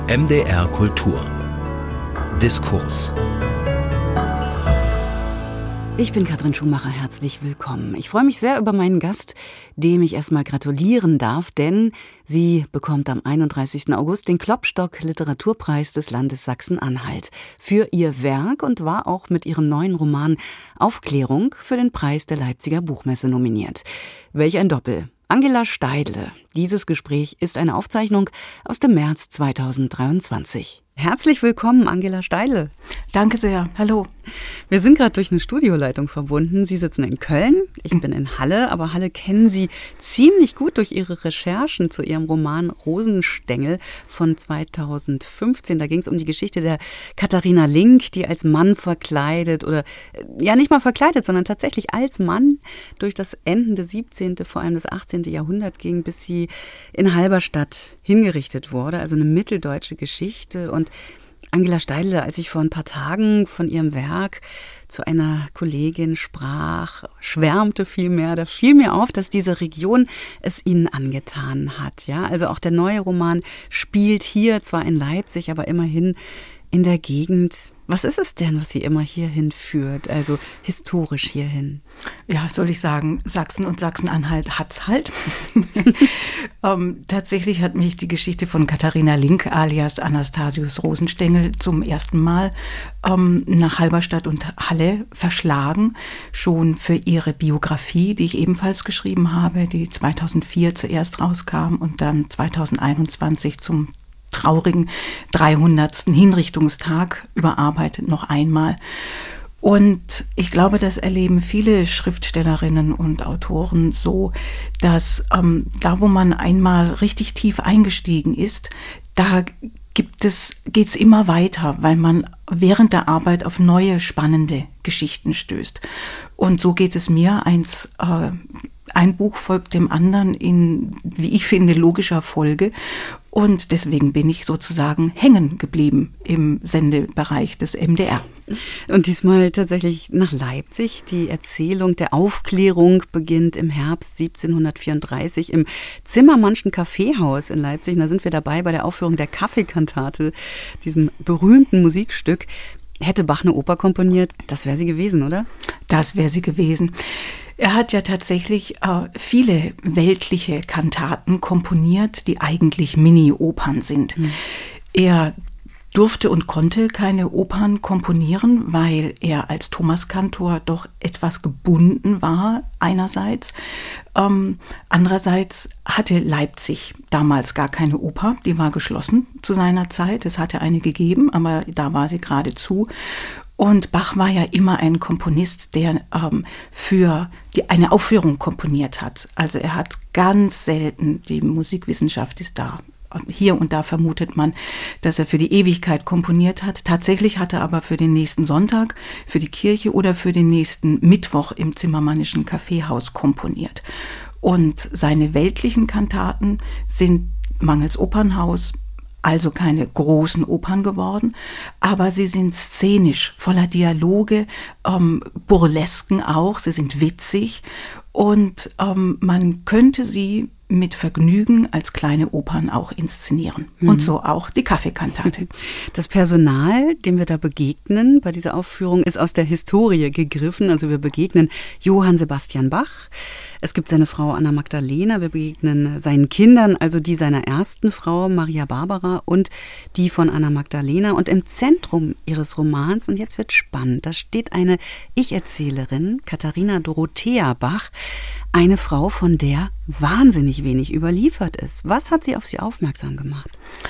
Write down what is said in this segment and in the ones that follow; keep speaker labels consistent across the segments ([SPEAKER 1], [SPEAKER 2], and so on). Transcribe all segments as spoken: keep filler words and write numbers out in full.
[SPEAKER 1] M D R Kultur. Diskurs.
[SPEAKER 2] Ich bin Katrin Schumacher, herzlich willkommen. Ich freue mich sehr über meinen Gast, dem ich erstmal gratulieren darf, denn sie bekommt am einunddreißigsten August den Klopstock-Literaturpreis des Landes Sachsen-Anhalt für ihr Werk und war auch mit ihrem neuen Roman Aufklärung für den Preis der Leipziger Buchmesse nominiert. Welch ein Doppel! Angela Steidle. Dieses Gespräch ist eine Aufzeichnung aus dem März zweitausenddreiundzwanzig. Herzlich willkommen, Angela Steidle.
[SPEAKER 3] Danke sehr. Hallo.
[SPEAKER 2] Wir sind gerade durch eine Studioleitung verbunden. Sie sitzen in Köln, ich bin in Halle, aber Halle kennen Sie ziemlich gut durch Ihre Recherchen zu Ihrem Roman Rosenstengel von zweitausendfünfzehn. Da ging es um die Geschichte der Katharina Link, die als Mann verkleidet oder ja nicht mal verkleidet, sondern tatsächlich als Mann durch das endende siebzehnten, vor allem das achtzehnten Jahrhundert ging, bis sie in Halberstadt hingerichtet wurde. Also eine mitteldeutsche Geschichte. Und Angela Steidle, als ich vor ein paar Tagen von ihrem Werk zu einer Kollegin sprach, schwärmte vielmehr, da fiel mir auf, dass diese Region es ihnen angetan hat. Ja, also auch der neue Roman spielt hier, zwar in Leipzig, aber immerhin in der Gegend. Was ist es denn, was sie immer hierhin führt, also historisch hierhin?
[SPEAKER 3] Ja, soll ich sagen, Sachsen und Sachsen-Anhalt hat's halt. ähm, tatsächlich hat mich die Geschichte von Katharina Link alias Anastasius Rosenstengel zum ersten Mal ähm, nach Halberstadt und Halle verschlagen. Schon für ihre Biografie, die ich ebenfalls geschrieben habe, die zweitausendvier zuerst rauskam und dann zweitausendeinundzwanzig zum traurigen dreihundertsten Hinrichtungstag überarbeitet noch einmal. Und ich glaube, das erleben viele Schriftstellerinnen und Autoren so, dass ähm, da, wo man einmal richtig tief eingestiegen ist, da gibt es, geht's immer weiter, weil man während der Arbeit auf neue spannende Geschichten stößt. Und so geht es mir. Eins, äh, ein Buch folgt dem anderen in, wie ich finde, logischer Folge. Und deswegen bin ich sozusagen hängen geblieben im Sendebereich des M D R.
[SPEAKER 2] Und diesmal tatsächlich nach Leipzig. Die Erzählung der Aufklärung beginnt im Herbst siebzehnhundertvierunddreißig im Zimmermannschen Kaffeehaus in Leipzig. Und da sind wir dabei bei der Aufführung der Kaffeekantate, diesem berühmten Musikstück. Hätte Bach eine Oper komponiert, das wäre sie gewesen, oder?
[SPEAKER 3] Das wäre sie gewesen. Er hat ja tatsächlich äh, viele weltliche Kantaten komponiert, die eigentlich Mini-Opern sind. Mhm. Er durfte und konnte keine Opern komponieren, weil er als Thomaskantor doch etwas gebunden war einerseits. Ähm, andererseits hatte Leipzig damals gar keine Oper, die war geschlossen zu seiner Zeit. Es hatte eine gegeben, aber da war sie gerade zu. Und Bach war ja immer ein Komponist, der ähm, für die, eine Aufführung komponiert hat. Also er hat ganz selten, die Musikwissenschaft ist da. Hier und da vermutet man, dass er für die Ewigkeit komponiert hat. Tatsächlich hat er aber für den nächsten Sonntag, für die Kirche oder für den nächsten Mittwoch im Zimmermannischen Kaffeehaus komponiert. Und seine weltlichen Kantaten sind mangels Opernhaus also keine großen Opern geworden, aber sie sind szenisch, voller Dialoge, ähm, Burlesken auch, sie sind witzig und ähm, man könnte sie mit Vergnügen als kleine Opern auch inszenieren. Mhm. Und so auch die Kaffeekantate.
[SPEAKER 2] Das Personal, dem wir da begegnen bei dieser Aufführung, ist aus der Historie gegriffen. Also wir begegnen Johann Sebastian Bach. Es gibt seine Frau Anna Magdalena. Wir begegnen seinen Kindern, also die seiner ersten Frau Maria Barbara und die von Anna Magdalena. Und im Zentrum ihres Romans, und jetzt wird spannend, da steht eine Ich-Erzählerin, Katharina Dorothea Bach, eine Frau, von der wahnsinnig wenig überliefert ist. Was hat sie auf sie aufmerksam gemacht?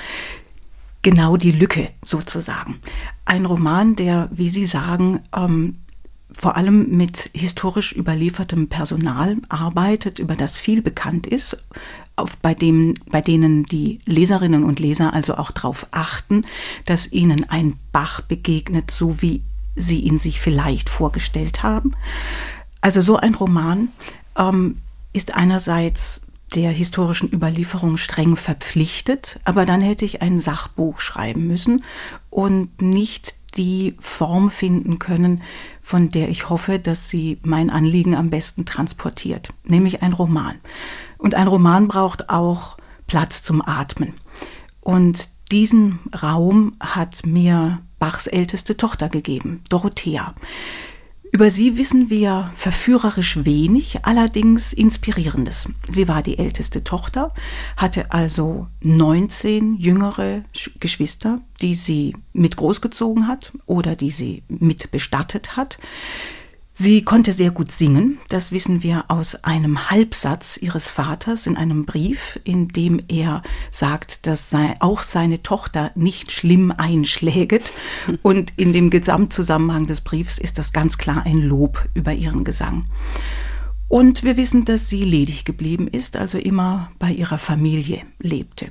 [SPEAKER 3] Genau die Lücke sozusagen. Ein Roman, der, wie Sie sagen, ähm, vor allem mit historisch überliefertem Personal arbeitet, über das viel bekannt ist, auf, bei, dem, bei denen die Leserinnen und Leser also auch darauf achten, dass ihnen ein Bach begegnet, so wie sie ihn sich vielleicht vorgestellt haben. Also so ein Roman ähm, ist einerseits der historischen Überlieferung streng verpflichtet, aber dann hätte ich ein Sachbuch schreiben müssen und nicht die Form finden können, von der ich hoffe, dass sie mein Anliegen am besten transportiert, nämlich ein Roman. Und ein Roman braucht auch Platz zum Atmen. Und diesen Raum hat mir Bachs älteste Tochter gegeben, Dorothea. Über sie wissen wir verführerisch wenig, allerdings Inspirierendes. Sie war die älteste Tochter, hatte also neunzehn jüngere Geschwister, die sie mit großgezogen hat oder die sie mit bestattet hat. Sie konnte sehr gut singen, das wissen wir aus einem Halbsatz ihres Vaters in einem Brief, in dem er sagt, dass sei, auch seine Tochter nicht schlimm einschläget. Und in dem Gesamtzusammenhang des Briefs ist das ganz klar ein Lob über ihren Gesang. Und wir wissen, dass sie ledig geblieben ist, also immer bei ihrer Familie lebte.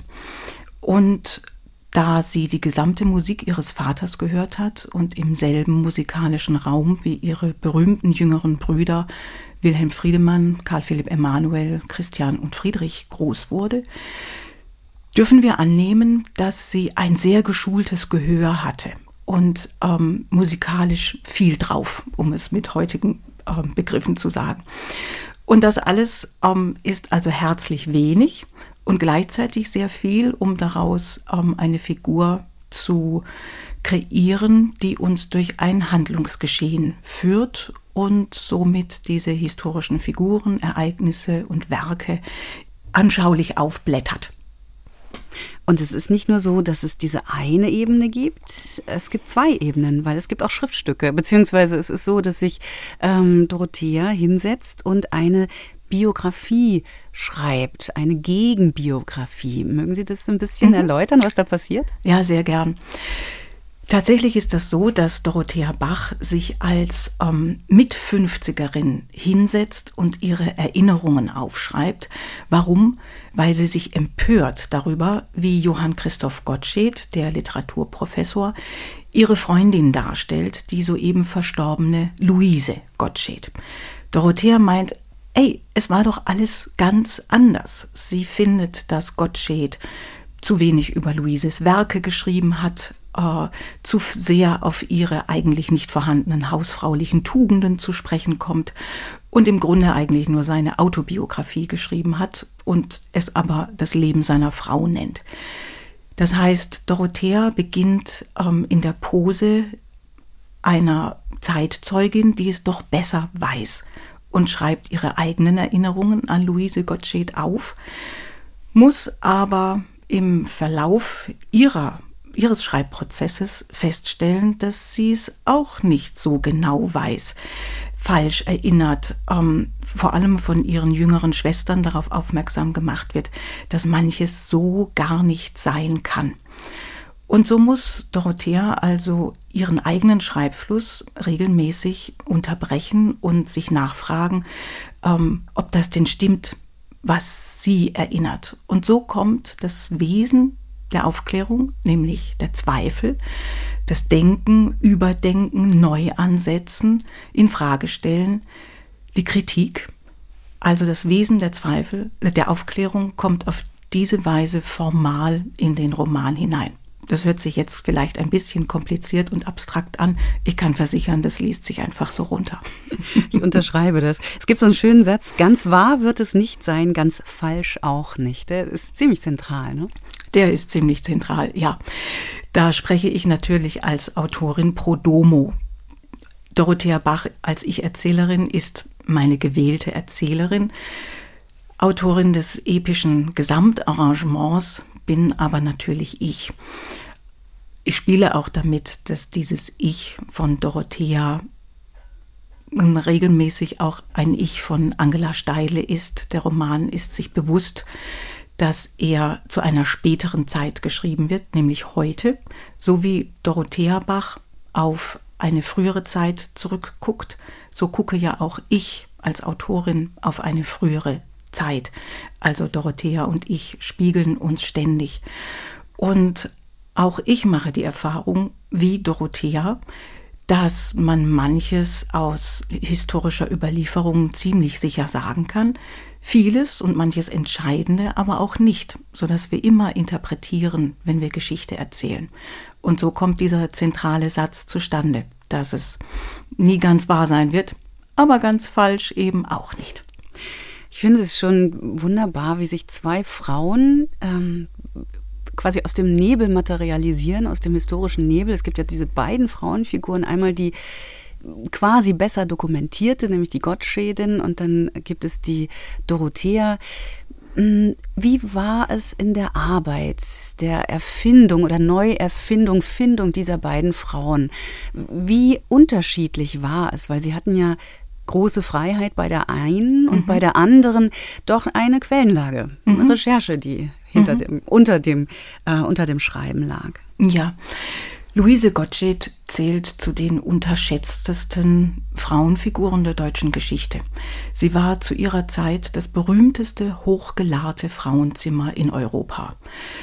[SPEAKER 3] Und da sie die gesamte Musik ihres Vaters gehört hat und im selben musikalischen Raum wie ihre berühmten jüngeren Brüder Wilhelm Friedemann, Karl Philipp Emanuel, Christian und Friedrich groß wurde, dürfen wir annehmen, dass sie ein sehr geschultes Gehör hatte und ähm, musikalisch viel drauf, um es mit heutigen ähm, Begriffen zu sagen. Und das alles ähm, ist also herzlich wenig und gleichzeitig sehr viel, um daraus ähm, eine Figur zu kreieren, die uns durch ein Handlungsgeschehen führt und somit diese historischen Figuren, Ereignisse und Werke anschaulich aufblättert.
[SPEAKER 2] Und es ist nicht nur so, dass es diese eine Ebene gibt, es gibt zwei Ebenen, weil es gibt auch Schriftstücke, beziehungsweise es ist so, dass sich ähm, Dorothea hinsetzt und eine Biografie schreibt, eine Gegenbiografie. Mögen Sie das ein bisschen mhm. erläutern, was da passiert?
[SPEAKER 3] Ja, sehr gern. Tatsächlich ist das so, dass Dorothea Bach sich als ähm, Mit-fünfzigerin hinsetzt und ihre Erinnerungen aufschreibt. Warum? Weil sie sich empört darüber, wie Johann Christoph Gottsched, der Literaturprofessor, ihre Freundin darstellt, die soeben verstorbene Luise Gottsched. Dorothea meint, ey, es war doch alles ganz anders. Sie findet, dass Gottsched zu wenig über Luises Werke geschrieben hat, äh, zu sehr auf ihre eigentlich nicht vorhandenen hausfraulichen Tugenden zu sprechen kommt und im Grunde eigentlich nur seine Autobiografie geschrieben hat und es aber das Leben seiner Frau nennt. Das heißt, Dorothea beginnt ähm, in der Pose einer Zeitzeugin, die es doch besser weiß, und schreibt ihre eigenen Erinnerungen an Luise Gottsched auf, muss aber im Verlauf ihrer, ihres Schreibprozesses feststellen, dass sie es auch nicht so genau weiß, falsch erinnert, ähm, vor allem von ihren jüngeren Schwestern darauf aufmerksam gemacht wird, dass manches so gar nicht sein kann. Und so muss Dorothea also ihren eigenen Schreibfluss regelmäßig unterbrechen und sich nachfragen, ähm, ob das denn stimmt, was sie erinnert. Und so kommt das Wesen der Aufklärung, nämlich der Zweifel, das Denken, Überdenken, Neuansetzen, Infragestellen, die Kritik, also das Wesen der Zweifel, der Aufklärung kommt auf diese Weise formal in den Roman hinein. Das hört sich jetzt vielleicht ein bisschen kompliziert und abstrakt an. Ich kann versichern, das liest sich einfach so runter.
[SPEAKER 2] Ich unterschreibe das. Es gibt so einen schönen Satz, ganz wahr wird es nicht sein, ganz falsch auch nicht. Der ist ziemlich zentral, ne?
[SPEAKER 3] Der ist ziemlich zentral, ja. Da spreche ich natürlich als Autorin pro domo. Dorothea Bach als Ich-Erzählerin ist meine gewählte Erzählerin, Autorin des epischen Gesamtarrangements, bin aber natürlich ich. Ich spiele auch damit, dass dieses Ich von Dorothea regelmäßig auch ein Ich von Angela Steile ist. Der Roman ist sich bewusst, dass er zu einer späteren Zeit geschrieben wird, nämlich heute, so wie Dorothea Bach auf eine frühere Zeit zurückguckt, so gucke ja auch ich als Autorin auf eine frühere Zeit. Also Dorothea und ich spiegeln uns ständig. Und auch ich mache die Erfahrung, wie Dorothea, dass man manches aus historischer Überlieferung ziemlich sicher sagen kann, vieles und manches Entscheidende aber auch nicht, sodass wir immer interpretieren, wenn wir Geschichte erzählen. Und so kommt dieser zentrale Satz zustande, dass es nie ganz wahr sein wird, aber ganz falsch eben auch nicht.
[SPEAKER 2] Ich finde es schon wunderbar, wie sich zwei Frauen ähm, quasi aus dem Nebel materialisieren, aus dem historischen Nebel. Es gibt ja diese beiden Frauenfiguren, einmal die quasi besser dokumentierte, nämlich die Gottschedin, und dann gibt es die Dorothea. Wie war es in der Arbeit, der Erfindung oder Neuerfindung, Findung dieser beiden Frauen? Wie unterschiedlich war es? Weil sie hatten ja große Freiheit bei der einen und mhm. bei der anderen doch eine Quellenlage, mhm. eine Recherche, die hinter mhm. dem, unter dem, äh, unter dem Schreiben lag.
[SPEAKER 3] Ja, Luise Gottsched zählt zu den unterschätztesten Frauenfiguren der deutschen Geschichte. Sie war zu ihrer Zeit das berühmteste, hochgelahrte Frauenzimmer in Europa.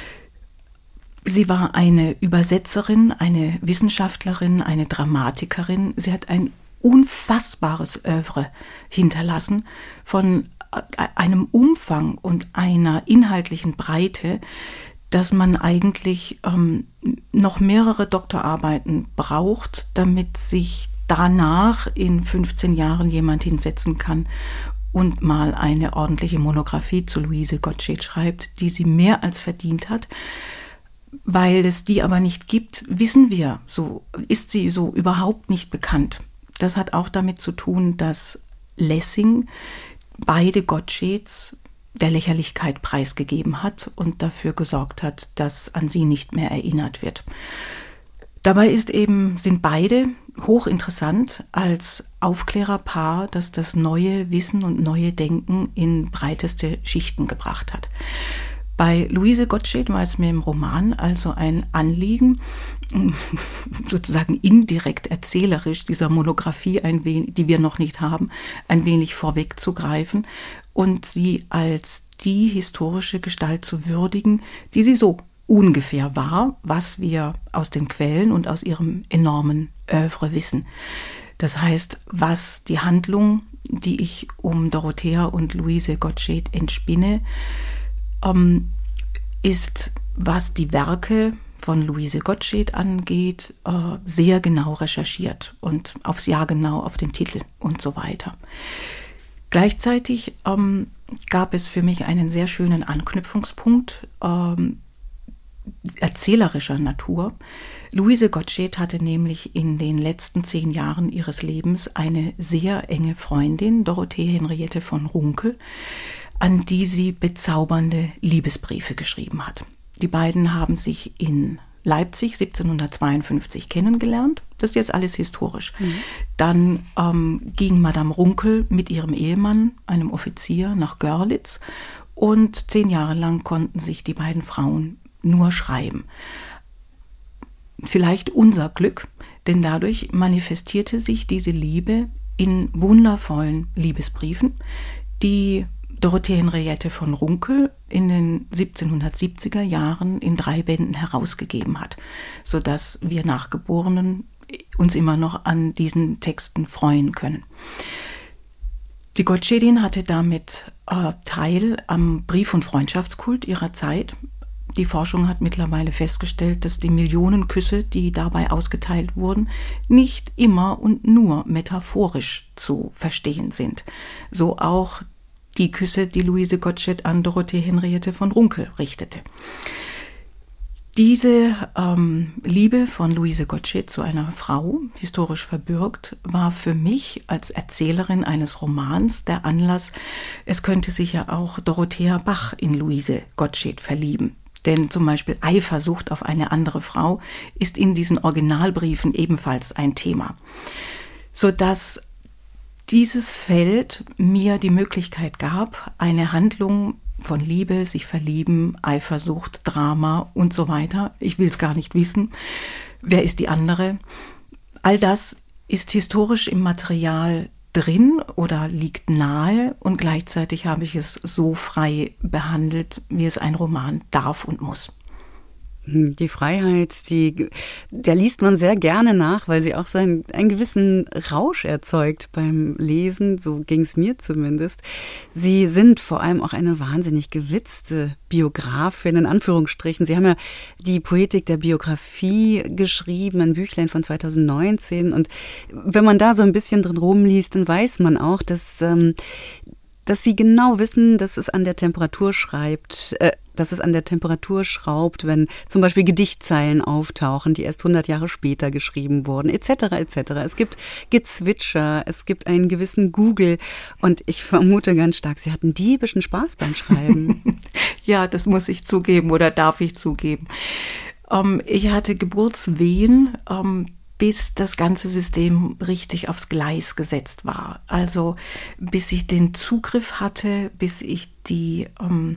[SPEAKER 3] Sie war eine Übersetzerin, eine Wissenschaftlerin, eine Dramatikerin. Sie hat ein unfassbares Œuvre hinterlassen von einem Umfang und einer inhaltlichen Breite, dass man eigentlich ähm, noch mehrere Doktorarbeiten braucht, damit sich danach in fünfzehn Jahren jemand hinsetzen kann und mal eine ordentliche Monographie zu Luise Gottsched schreibt, die sie mehr als verdient hat. Weil es die aber nicht gibt, wissen wir, so ist sie so überhaupt nicht bekannt. Das hat auch damit zu tun, dass Lessing beide Gottscheds der Lächerlichkeit preisgegeben hat und dafür gesorgt hat, dass an sie nicht mehr erinnert wird. Dabei ist eben, sind beide hochinteressant als Aufklärerpaar, das das neue Wissen und neue Denken in breiteste Schichten gebracht hat. Bei Luise Gottsched war es mir im Roman also ein Anliegen, sozusagen indirekt erzählerisch dieser Monographie, ein wenig, die wir noch nicht haben, ein wenig vorwegzugreifen und sie als die historische Gestalt zu würdigen, die sie so ungefähr war, was wir aus den Quellen und aus ihrem enormen Œuvre wissen. Das heißt, was die Handlung, die ich um Dorothea und Luise Gottsched entspinne, ähm, ist, was die Werke von Luise Gottsched angeht, äh, sehr genau recherchiert und aufs Jahr genau, auf den Titel und so weiter. Gleichzeitig ähm, gab es für mich einen sehr schönen Anknüpfungspunkt ähm, erzählerischer Natur. Luise Gottsched hatte nämlich in den letzten zehn Jahren ihres Lebens eine sehr enge Freundin, Dorothee Henriette von Runkel, an die sie bezaubernde Liebesbriefe geschrieben hat. Die beiden haben sich in Leipzig siebzehnhundertzweiundfünfzig kennengelernt. Das ist jetzt alles historisch. Mhm. Dann ähm, ging Madame Runkel mit ihrem Ehemann, einem Offizier, nach Görlitz und zehn Jahre lang konnten sich die beiden Frauen nur schreiben. Vielleicht unser Glück, denn dadurch manifestierte sich diese Liebe in wundervollen Liebesbriefen, die Dorothee Henriette von Runkel in den siebzehnhundertsiebziger Jahren in drei Bänden herausgegeben hat, sodass wir Nachgeborenen uns immer noch an diesen Texten freuen können. Die Gottschedin hatte damit äh, Teil am Brief- und Freundschaftskult ihrer Zeit. Die Forschung hat mittlerweile festgestellt, dass die Millionen Küsse, die dabei ausgeteilt wurden, nicht immer und nur metaphorisch zu verstehen sind. So auch die Küsse, die Luise Gottsched an Dorothee Henriette von Runkel richtete. Diese ähm, Liebe von Luise Gottsched zu einer Frau, historisch verbürgt, war für mich als Erzählerin eines Romans der Anlass, es könnte sich ja auch Dorothea Bach in Luise Gottsched verlieben. Denn zum Beispiel Eifersucht auf eine andere Frau ist in diesen Originalbriefen ebenfalls ein Thema. Sodass dieses Feld mir die Möglichkeit gab, eine Handlung von Liebe, sich verlieben, Eifersucht, Drama und so weiter. Ich will es gar nicht wissen. Wer ist die andere? All das ist historisch im Material drin oder liegt nahe und gleichzeitig habe ich es so frei behandelt, wie es ein Roman darf und muss.
[SPEAKER 2] Die Freiheit, die, der liest man sehr gerne nach, weil sie auch so einen, einen gewissen Rausch erzeugt beim Lesen, so ging es mir zumindest. Sie sind vor allem auch eine wahnsinnig gewitzte Biografin, in Anführungsstrichen. Sie haben ja die Poetik der Biografie geschrieben, ein Büchlein von zweitausendneunzehn. Und wenn man da so ein bisschen drin rumliest, dann weiß man auch, dass ähm, dass Sie genau wissen, dass es an der Temperatur schreibt, äh, dass es an der Temperatur schraubt, wenn zum Beispiel Gedichtzeilen auftauchen, die erst hundert Jahre später geschrieben wurden, et cetera et cetera. Es gibt Gezwitscher, es gibt einen gewissen Google und ich vermute ganz stark, Sie hatten diebischen Spaß beim Schreiben.
[SPEAKER 3] Ja, das muss ich zugeben oder darf ich zugeben. Ähm, ich hatte Geburtswehen, ähm, bis das ganze System richtig aufs Gleis gesetzt war. Also bis ich den Zugriff hatte, bis ich die, ähm,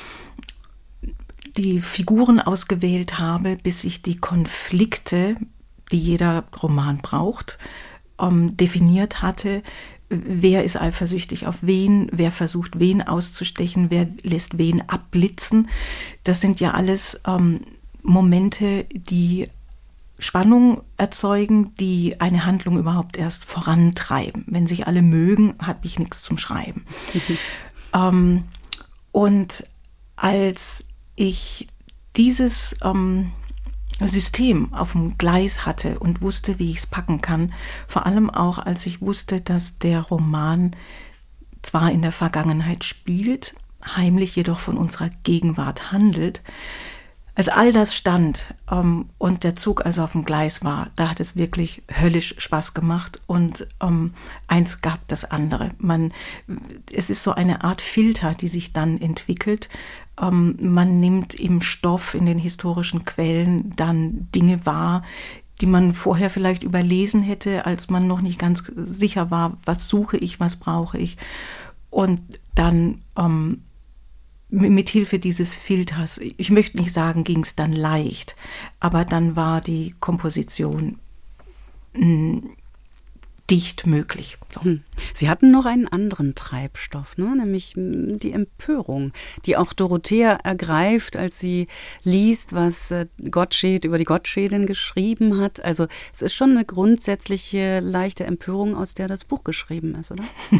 [SPEAKER 3] die Figuren ausgewählt habe, bis ich die Konflikte, die jeder Roman braucht, ähm, definiert hatte. Wer ist eifersüchtig auf wen, wer versucht wen auszustechen, wer lässt wen abblitzen. Das sind ja alles ähm, Momente, die Spannung erzeugen, die eine Handlung überhaupt erst vorantreiben. Wenn sich alle mögen, habe ich nichts zum Schreiben. Mhm. Ähm, und als ich dieses ähm, System auf dem Gleis hatte und wusste, wie ich es packen kann, vor allem auch, als ich wusste, dass der Roman zwar in der Vergangenheit spielt, heimlich jedoch von unserer Gegenwart handelt. Als all das stand ähm, und der Zug also auf dem Gleis war, da hat es wirklich höllisch Spaß gemacht und ähm, eins gab das andere. Man, es ist so eine Art Filter, die sich dann entwickelt. Ähm, man nimmt im Stoff, in den historischen Quellen dann Dinge wahr, die man vorher vielleicht überlesen hätte, als man noch nicht ganz sicher war, was suche ich, was brauche ich. Und dann ähm, mit Hilfe dieses Filters, ich möchte nicht sagen, ging es dann leicht, aber dann war die Komposition mh, dicht möglich. So.
[SPEAKER 2] Sie hatten noch einen anderen Treibstoff, ne? Nämlich die Empörung, die auch Dorothea ergreift, als sie liest, was Gottsched über die Gottschedin geschrieben hat. Also es ist schon eine grundsätzliche leichte Empörung, aus der das Buch geschrieben ist, oder?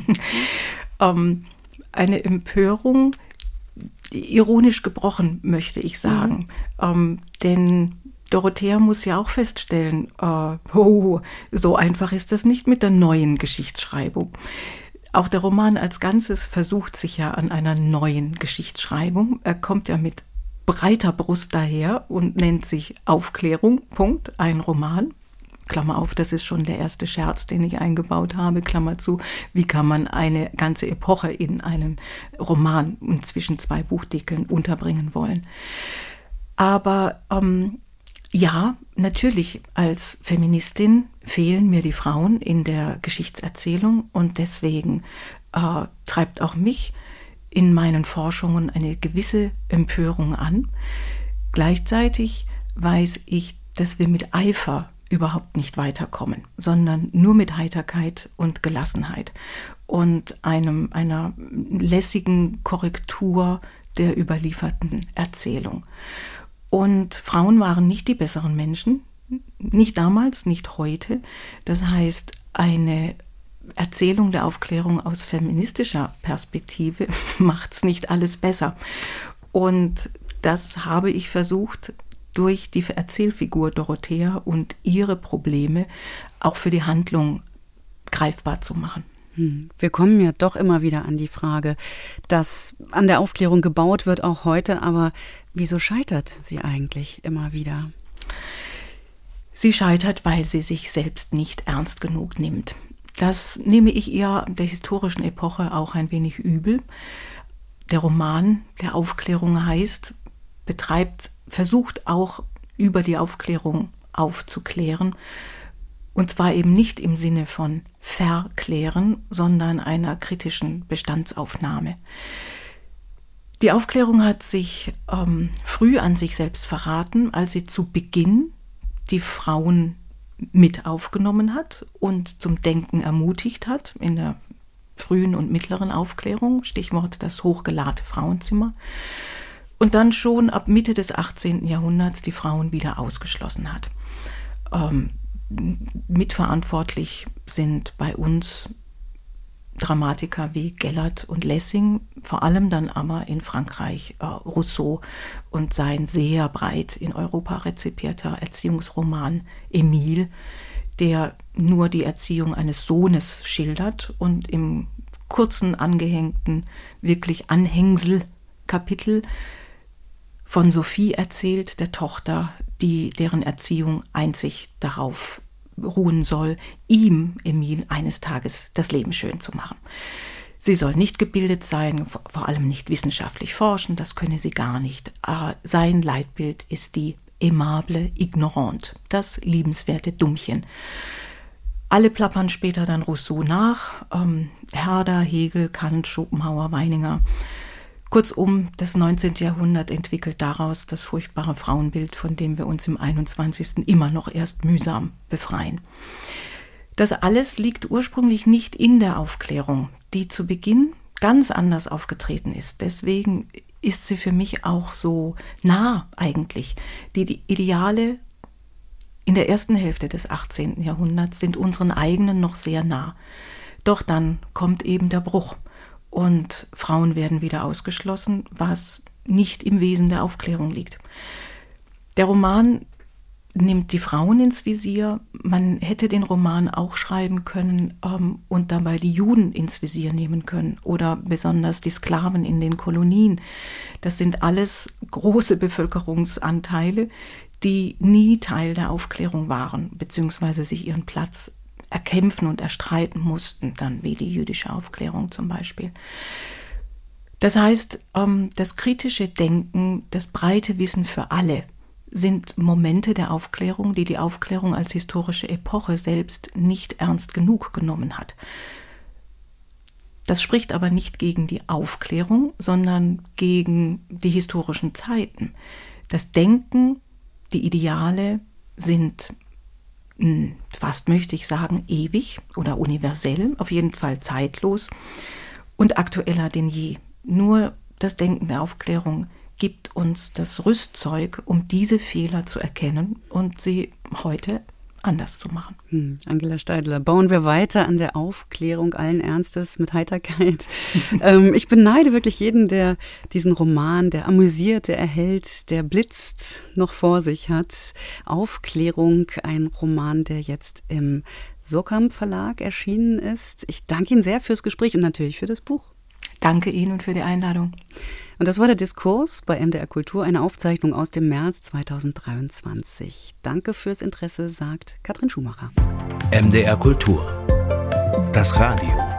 [SPEAKER 2] um,
[SPEAKER 3] eine Empörung, ironisch gebrochen, möchte ich sagen. Mhm. Ähm, denn Dorothea muss ja auch feststellen, äh, oh, so einfach ist das nicht mit der neuen Geschichtsschreibung. Auch der Roman als Ganzes versucht sich ja an einer neuen Geschichtsschreibung. Er kommt ja mit breiter Brust daher und nennt sich Aufklärung, Punkt, ein Roman. Klammer auf, das ist schon der erste Scherz, den ich eingebaut habe, Klammer zu. Wie kann man eine ganze Epoche in einen Roman zwischen zwei Buchdeckeln unterbringen wollen? Aber ähm, ja, natürlich, als Feministin fehlen mir die Frauen in der Geschichtserzählung und deswegen äh, treibt auch mich in meinen Forschungen eine gewisse Empörung an. Gleichzeitig weiß ich, dass wir mit Eifer überhaupt nicht weiterkommen, sondern nur mit Heiterkeit und Gelassenheit und einem, einer lässigen Korrektur der überlieferten Erzählung. Und Frauen waren nicht die besseren Menschen, nicht damals, nicht heute. Das heißt, eine Erzählung der Aufklärung aus feministischer Perspektive macht's nicht alles besser. Und das habe ich versucht, durch die Erzählfigur Dorothea und ihre Probleme auch für die Handlung greifbar zu machen.
[SPEAKER 2] Wir kommen ja doch immer wieder an die Frage, dass an der Aufklärung gebaut wird, auch heute, aber wieso scheitert sie eigentlich immer wieder?
[SPEAKER 3] Sie scheitert, weil sie sich selbst nicht ernst genug nimmt. Das nehme ich ihr der historischen Epoche auch ein wenig übel. Der Roman, der Aufklärung heißt, betreibt, versucht auch über die Aufklärung aufzuklären. Und zwar eben nicht im Sinne von verklären, sondern einer kritischen Bestandsaufnahme. Die Aufklärung hat sich ähm, früh an sich selbst verraten, als sie zu Beginn die Frauen mit aufgenommen hat und zum Denken ermutigt hat in der frühen und mittleren Aufklärung, Stichwort das hochgelahte Frauenzimmer. Und dann schon ab Mitte des achtzehnten Jahrhunderts die Frauen wieder ausgeschlossen hat. Ähm, mitverantwortlich sind bei uns Dramatiker wie Gellert und Lessing, vor allem dann aber in Frankreich äh, Rousseau und sein sehr breit in Europa rezipierter Erziehungsroman Emile, der nur die Erziehung eines Sohnes schildert und im kurzen, angehängten, wirklich Anhängselkapitel von Sophie erzählt, der Tochter, die deren Erziehung einzig darauf ruhen soll, ihm, Emil, eines Tages das Leben schön zu machen. Sie soll nicht gebildet sein, vor allem nicht wissenschaftlich forschen, das könne sie gar nicht. Aber sein Leitbild ist die aimable Ignorante, das liebenswerte Dummchen. Alle plappern später dann Rousseau nach, ähm, Herder, Hegel, Kant, Schopenhauer, Weininger. Kurzum, das neunzehnte Jahrhundert entwickelt daraus das furchtbare Frauenbild, von dem wir uns im einundzwanzigsten immer noch erst mühsam befreien. Das alles liegt ursprünglich nicht in der Aufklärung, die zu Beginn ganz anders aufgetreten ist. Deswegen ist sie für mich auch so nah eigentlich. Die, die Ideale in der ersten Hälfte des achtzehnten Jahrhunderts sind unseren eigenen noch sehr nah. Doch dann kommt eben der Bruch und Frauen werden wieder ausgeschlossen, was nicht im Wesen der Aufklärung liegt. Der Roman nimmt die Frauen ins Visier. Man hätte den Roman auch schreiben können ähm, und dabei die Juden ins Visier nehmen können oder besonders die Sklaven in den Kolonien. Das sind alles große Bevölkerungsanteile, die nie Teil der Aufklärung waren, beziehungsweise sich ihren Platz erkämpfen und erstreiten mussten, dann wie die jüdische Aufklärung zum Beispiel. Das heißt, ähm, das kritische Denken, das breite Wissen für alle, sind Momente der Aufklärung, die die Aufklärung als historische Epoche selbst nicht ernst genug genommen hat. Das spricht aber nicht gegen die Aufklärung, sondern gegen die historischen Zeiten. Das Denken, die Ideale sind mh, fast, möchte ich sagen, ewig oder universell, auf jeden Fall zeitlos und aktueller denn je. Nur das Denken der Aufklärung gibt uns das Rüstzeug, um diese Fehler zu erkennen und sie heute anders zu machen.
[SPEAKER 2] Hm, Angela Steidler, bauen wir weiter an der Aufklärung allen Ernstes mit Heiterkeit. ähm, ich beneide wirklich jeden, der diesen Roman, der amüsiert, der erhält, der blitzt, noch vor sich hat. Aufklärung, ein Roman, der jetzt im Surkamp Verlag erschienen ist. Ich danke Ihnen sehr fürs Gespräch und natürlich für das Buch.
[SPEAKER 3] Danke Ihnen und für die Einladung.
[SPEAKER 2] Und das war der Diskurs bei M D R Kultur, eine Aufzeichnung aus dem März zweitausenddreiundzwanzig. Danke fürs Interesse, sagt Katrin Schumacher.
[SPEAKER 1] M D R Kultur. Das Radio.